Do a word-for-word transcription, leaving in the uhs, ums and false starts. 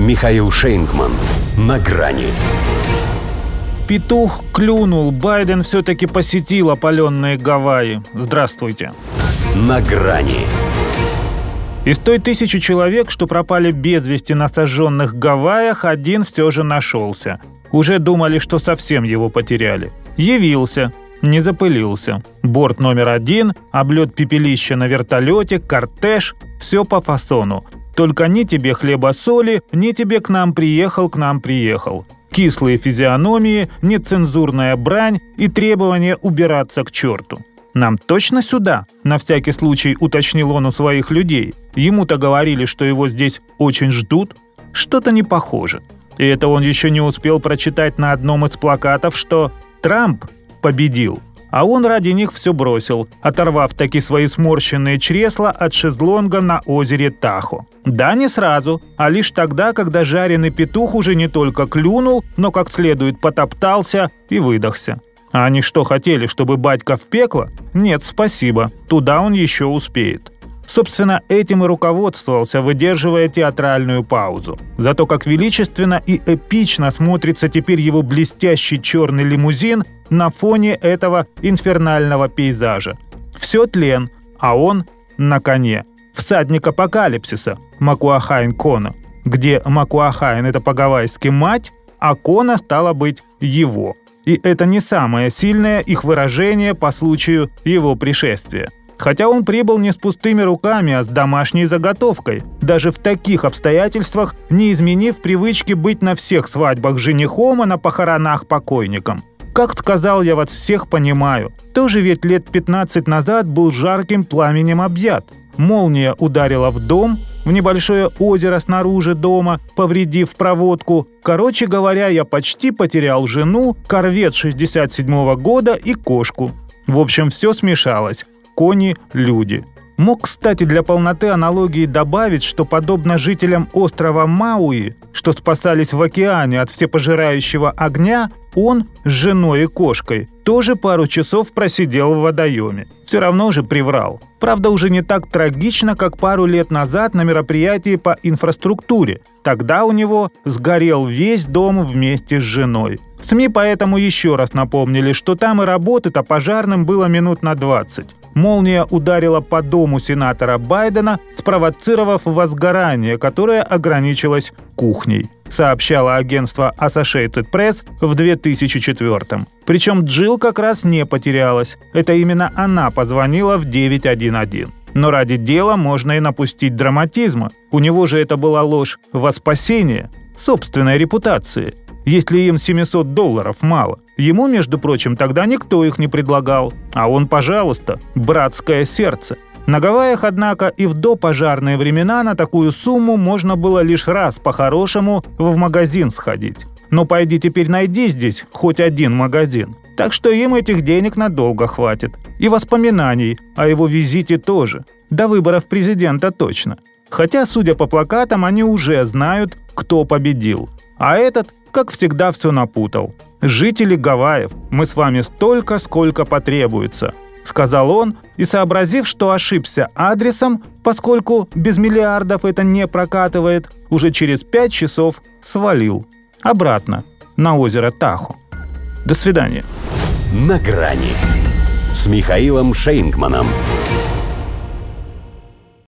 Михаил Шейнгман. На грани. Петух клюнул. Байден все-таки посетил опаленные Гавайи. Здравствуйте. На грани. Из той тысячи человек, что пропали без вести на сожженных Гавайях, один все же нашелся. Уже думали, что совсем его потеряли. Явился. Не запылился. Борт номер один, облет пепелища на вертолете, кортеж – все по фасону. Только ни тебе хлеба-соли, ни тебе к нам приехал, к нам приехал. Кислые физиономии, нецензурная брань и требование убираться к черту. «Нам точно сюда?» – на всякий случай уточнил он у своих людей. Ему-то говорили, что его здесь очень ждут. Что-то не похоже. И это он еще не успел прочитать на одном из плакатов, что Трамп победил. А он ради них все бросил, оторвав таки свои сморщенные чресла от шезлонга на озере Тахо. Да, не сразу, а лишь тогда, когда жареный петух уже не только клюнул, но как следует потоптался и выдохся. А они что, хотели, чтобы батька в пекло? Нет, спасибо, туда он еще успеет. Собственно, этим и руководствовался, выдерживая театральную паузу. Зато как величественно и эпично смотрится теперь его блестящий черный лимузин на фоне этого инфернального пейзажа. Все тлен, а он на коне. Всадник апокалипсиса Макуахайн Кона, где Макуахайн – это по-гавайски «мать», а Кона стало быть его. И это не самое сильное их выражение по случаю его пришествия. Хотя он прибыл не с пустыми руками, а с домашней заготовкой, даже в таких обстоятельствах не изменив привычки быть на всех свадьбах женихом, а на похоронах покойником. Как сказал, я вас всех понимаю, тоже ведь лет пятнадцать назад был жарким пламенем объят. Молния ударила в дом, в небольшое озеро снаружи дома, повредив проводку. Короче говоря, я почти потерял жену, корвет шестьдесят седьмого года и кошку. В общем, все смешалось. Кони – люди. Мог, кстати, для полноты аналогии добавить, что подобно жителям острова Мауи, что спасались в океане от всепожирающего огня, он с женой и кошкой тоже пару часов просидел в водоеме. Все равно же приврал. Правда, уже не так трагично, как пару лет назад на мероприятии по инфраструктуре. Тогда у него сгорел весь дом вместе с женой. СМИ поэтому еще раз напомнили, что там и работы-то пожарным было минут на двадцать. Молния ударила по дому сенатора Байдена, спровоцировав возгорание, которое ограничилось кухней, сообщало агентство Associated Press в две тысячи четвёртом. Причем Джилл как раз не потерялась. Это именно она позвонила в девять один один. Но ради дела можно и напустить драматизма. У него же это была ложь во спасение собственной репутации. Если им семьсот долларов мало. Ему, между прочим, тогда никто их не предлагал. А он, пожалуйста, братское сердце. На Гавайях, однако, и в допожарные времена на такую сумму можно было лишь раз по-хорошему в магазин сходить. Но пойди теперь найди здесь хоть один магазин. Так что им этих денег надолго хватит. И воспоминаний о его визите тоже. До выборов президента точно. Хотя, судя по плакатам, они уже знают, кто победил. А этот, как всегда, все напутал. «Жители Гавайев, мы с вами столько, сколько потребуется», — сказал он, и, сообразив, что ошибся адресом, поскольку без миллиардов это не прокатывает, уже через пять часов свалил обратно на озеро Тахо. До свидания. На грани с Михаилом Шейнгманом.